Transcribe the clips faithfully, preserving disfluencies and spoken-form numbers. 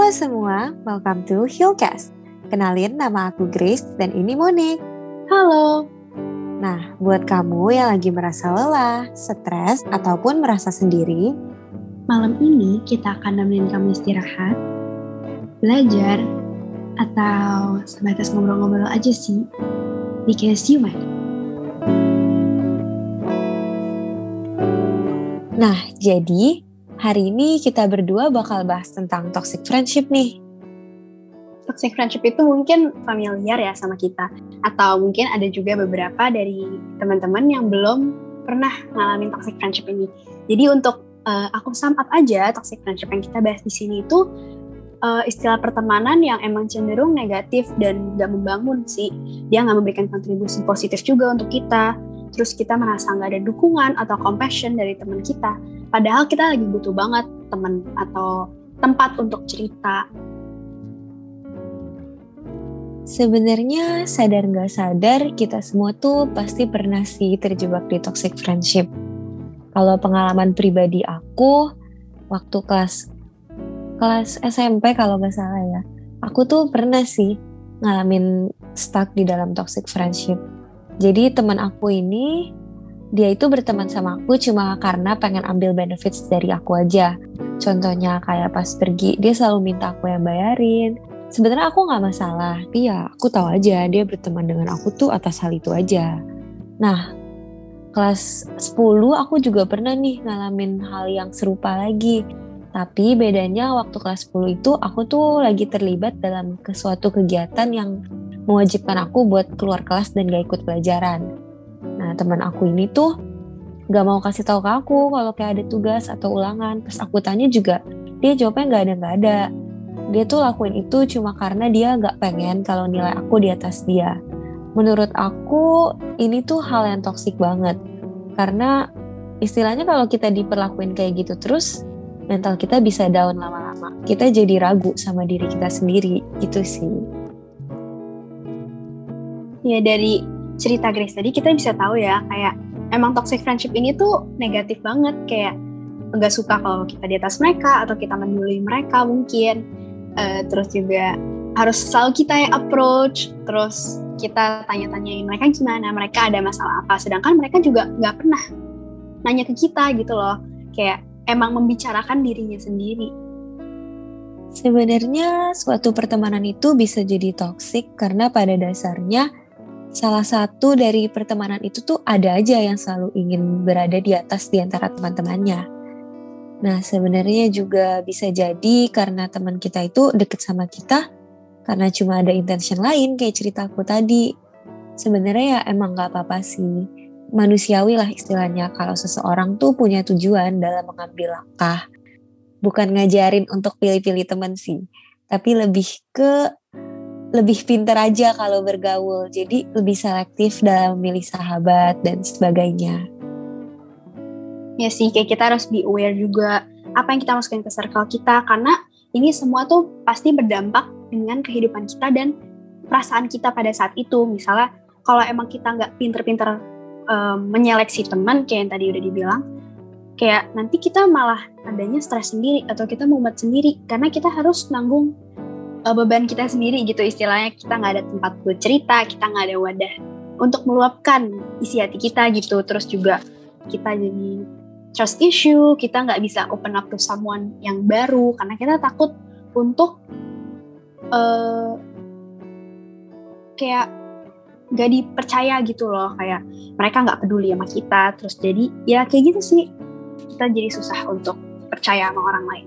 Halo semua, welcome to Hillcast. Kenalin, nama aku Grace dan ini Monique. Halo. Nah, buat kamu yang lagi merasa lelah, stres, ataupun merasa sendiri, malam ini kita akan nemenin kamu istirahat, belajar, atau sebatas ngobrol-ngobrol aja sih. Because you matter. Nah, jadi hari ini kita berdua bakal bahas tentang toxic friendship nih. Toxic friendship itu mungkin familiar ya sama kita. Atau mungkin ada juga beberapa dari teman-teman yang belum pernah ngalamin toxic friendship ini. Jadi untuk uh, aku sum up aja, toxic friendship yang kita bahas di sini itu uh, istilah pertemanan yang emang cenderung negatif dan gak membangun sih. Dia gak memberikan kontribusi positif juga untuk kita. Terus kita merasa gak ada dukungan atau compassion dari teman kita. Padahal kita lagi butuh banget teman atau tempat untuk cerita. Sebenarnya sadar gak sadar kita semua tuh pasti pernah sih terjebak di toxic friendship. Kalau pengalaman pribadi aku waktu kelas kelas S M P kalau gak salah ya, aku tuh pernah sih ngalamin stuck di dalam toxic friendship. Jadi teman aku ini dia itu berteman sama aku cuma karena pengen ambil benefits dari aku aja. Contohnya kayak pas pergi dia selalu minta aku yang bayarin. Sebenarnya aku nggak masalah, tapi ya aku tahu aja dia berteman dengan aku tuh atas hal itu aja. Nah, kelas sepuluh aku juga pernah nih ngalamin hal yang serupa lagi. Tapi bedanya waktu kelas sepuluh itu aku tuh lagi terlibat dalam suatu kegiatan yang mewajibkan aku buat keluar kelas dan gak ikut pelajaran. Nah, teman aku ini tuh gak mau kasih tahu ke aku kalau kayak ada tugas atau ulangan. Pas aku tanya juga, dia jawabnya gak ada gak ada. Dia tuh lakuin itu cuma karena dia gak pengen kalau nilai aku di atas dia. Menurut aku ini tuh hal yang toksik banget. Karena istilahnya kalau kita diperlakuin kayak gitu terus, mental kita bisa down lama-lama. Kita jadi ragu sama diri kita sendiri, gitu sih. Ya dari cerita Grace tadi kita bisa tahu ya, kayak emang toxic friendship ini tuh negatif banget. Kayak gak suka kalau kita di atas mereka atau kita mendului mereka mungkin. Uh, terus juga harus selalu kita yang approach, terus kita tanya-tanyain mereka gimana, mereka ada masalah apa, sedangkan mereka juga gak pernah nanya ke kita gitu loh, kayak emang membicarakan dirinya sendiri. Sebenarnya suatu pertemanan itu bisa jadi toksik karena pada dasarnya salah satu dari pertemanan itu tuh ada aja yang selalu ingin berada di atas di antara teman-temannya. Nah, sebenarnya juga bisa jadi karena teman kita itu deket sama kita karena cuma ada intention lain kayak cerita aku tadi. Sebenarnya ya emang gak apa-apa sih. Manusiawi lah istilahnya kalau seseorang tuh punya tujuan dalam mengambil langkah. Bukan ngajarin untuk pilih-pilih teman sih. Tapi lebih ke lebih pintar aja kalau bergaul. Jadi lebih selektif dalam memilih sahabat dan sebagainya. Ya sih, kayak kita harus be aware juga apa yang kita masukin ke circle kita, karena ini semua tuh pasti berdampak dengan kehidupan kita dan perasaan kita pada saat itu. Misalnya kalau emang kita nggak pinter-pinter um, menyeleksi teman kayak yang tadi udah dibilang, kayak nanti kita malah adanya stres sendiri atau kita mumet sendiri karena kita harus nanggung uh, beban kita sendiri gitu istilahnya. Kita nggak ada tempat buat cerita, kita nggak ada wadah untuk meluapkan isi hati kita gitu. Terus juga kita jadi trust issue, kita nggak bisa open up to someone yang baru karena kita takut untuk uh, kayak nggak dipercaya gitu loh, kayak mereka nggak peduli sama kita. Terus jadi ya kayak gitu sih, kita jadi susah untuk percaya sama orang lain.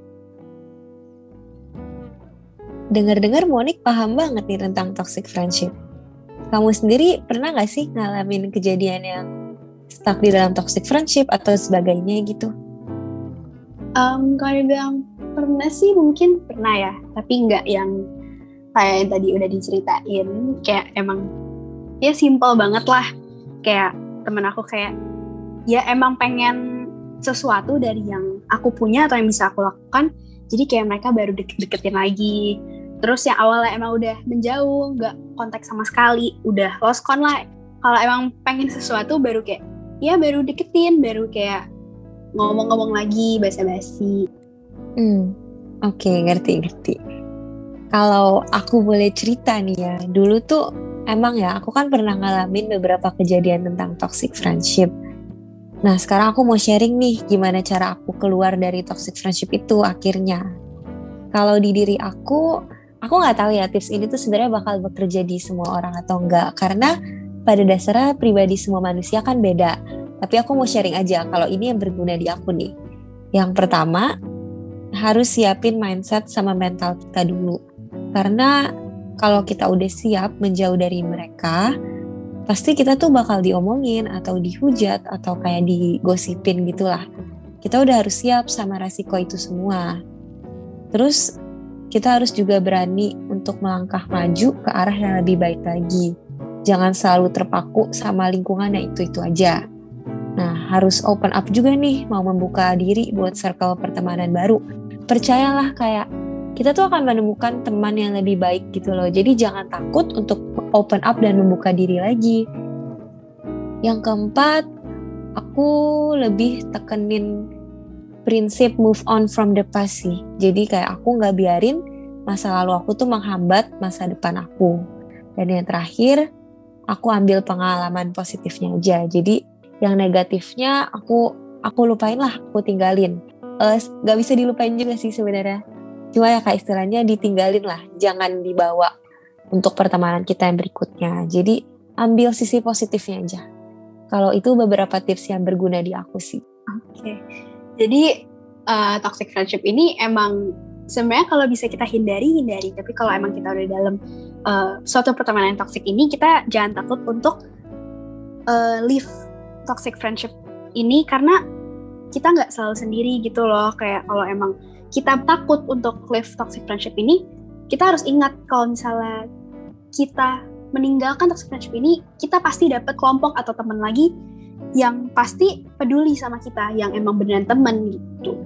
Dengar-dengar Monique paham banget nih tentang toxic friendship. Kamu sendiri pernah nggak sih ngalamin kejadian yang stuck di dalam toxic friendship atau sebagainya gitu? Um, kalau bilang pernah sih mungkin pernah ya, tapi nggak yang kayak yang tadi udah diceritain. Kayak emang ya simple banget lah. Kayak temen aku kayak ya emang pengen sesuatu dari yang aku punya atau yang bisa aku lakukan. Jadi kayak mereka baru deket-deketin lagi. Terus yang awalnya emang udah menjauh, nggak kontak sama sekali, udah lost con lah. Kalau emang pengen sesuatu baru kayak ya baru deketin, baru kayak ngomong-ngomong lagi, basa-basi. Hmm, Oke, ngerti-ngerti. Kalau aku boleh cerita nih ya, dulu tuh emang ya aku kan pernah ngalamin beberapa kejadian tentang toxic friendship. Nah sekarang aku mau sharing nih gimana cara aku keluar dari toxic friendship itu akhirnya. Kalau di diri aku, aku nggak tahu ya tips ini tuh sebenarnya bakal bekerja di semua orang atau enggak. Karena pada dasarnya pribadi semua manusia kan beda. Tapi aku mau sharing aja kalau ini yang berguna di aku nih. Yang pertama, harus siapin mindset sama mental kita dulu. Karena kalau kita udah siap menjauh dari mereka, pasti kita tuh bakal diomongin atau dihujat atau kayak digosipin gitulah. Kita udah harus siap sama resiko itu semua. Terus kita harus juga berani untuk melangkah maju ke arah yang lebih baik lagi. Jangan selalu terpaku sama lingkungan yang itu-itu aja. Nah, harus open up juga nih mau membuka diri buat circle pertemanan baru. Percayalah kayak kita tuh akan menemukan teman yang lebih baik gitu loh. Jadi jangan takut untuk open up dan membuka diri lagi. Yang keempat, aku lebih tekenin prinsip move on from the past sih. Jadi kayak aku gak biarin masa lalu aku tuh menghambat masa depan aku. Dan yang terakhir, aku ambil pengalaman positifnya aja. Jadi yang negatifnya aku aku lupain lah, aku tinggalin. Uh, gak bisa dilupain juga sih sebenarnya. Cuma ya kayak istilahnya ditinggalin lah, jangan dibawa untuk pertemanan kita yang berikutnya. Jadi ambil sisi positifnya aja. Kalau itu beberapa tips yang berguna di aku sih. Oke, okay. Jadi uh, toxic friendship ini emang sebenarnya kalau bisa kita hindari, hindari. Tapi kalau emang kita udah dalam uh, suatu pertemanan toxic ini, kita jangan takut untuk uh, leave toxic friendship ini karena kita nggak selalu sendiri gitu loh. Kayak kalau emang kita takut untuk leave toxic friendship ini, kita harus ingat kalau misalnya kita meninggalkan toxic friendship ini, kita pasti dapat kelompok atau teman lagi yang pasti peduli sama kita, yang emang beneran teman gitu.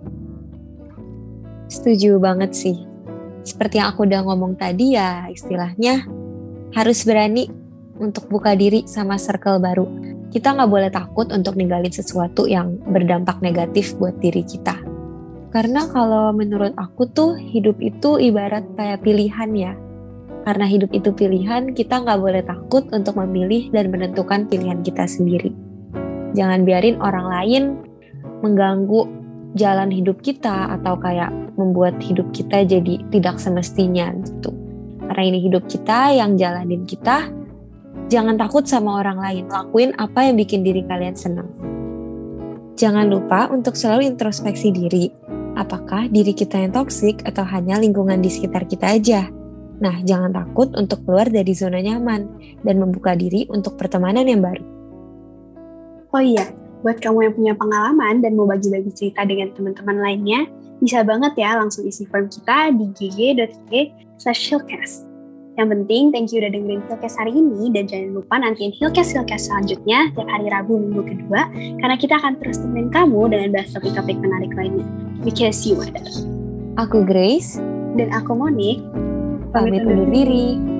Setuju banget sih. Seperti yang aku udah ngomong tadi ya, istilahnya harus berani untuk buka diri sama circle baru. Kita nggak boleh takut untuk ninggalin sesuatu yang berdampak negatif buat diri kita. Karena kalau menurut aku tuh hidup itu ibarat kayak pilihan ya. Karena hidup itu pilihan, kita nggak boleh takut untuk memilih dan menentukan pilihan kita sendiri. Jangan biarin orang lain mengganggu jalan hidup kita atau kayak membuat hidup kita jadi tidak semestinya gitu. Karena ini hidup kita, yang jalanin kita. Jangan takut sama orang lain, lakuin apa yang bikin diri kalian senang. Jangan lupa untuk selalu introspeksi diri. Apakah diri kita yang toksik atau hanya lingkungan di sekitar kita aja? Nah, jangan takut untuk keluar dari zona nyaman dan membuka diri untuk pertemanan yang baru. Oh iya, buat kamu yang punya pengalaman dan mau bagi-bagi cerita dengan teman-teman lainnya, bisa banget ya langsung isi form kita di g g dot i g slash hillcast. Yang penting, thank you udah dengerin Hillcast hari ini, dan jangan lupa nantiin Hillcast-Hillcast selanjutnya tiap hari Rabu minggu kedua, karena kita akan terus temenin kamu dengan bahas topik-topik menarik lainnya. Because you matter. Aku Grace. Dan aku Monique. Pamit undur diri.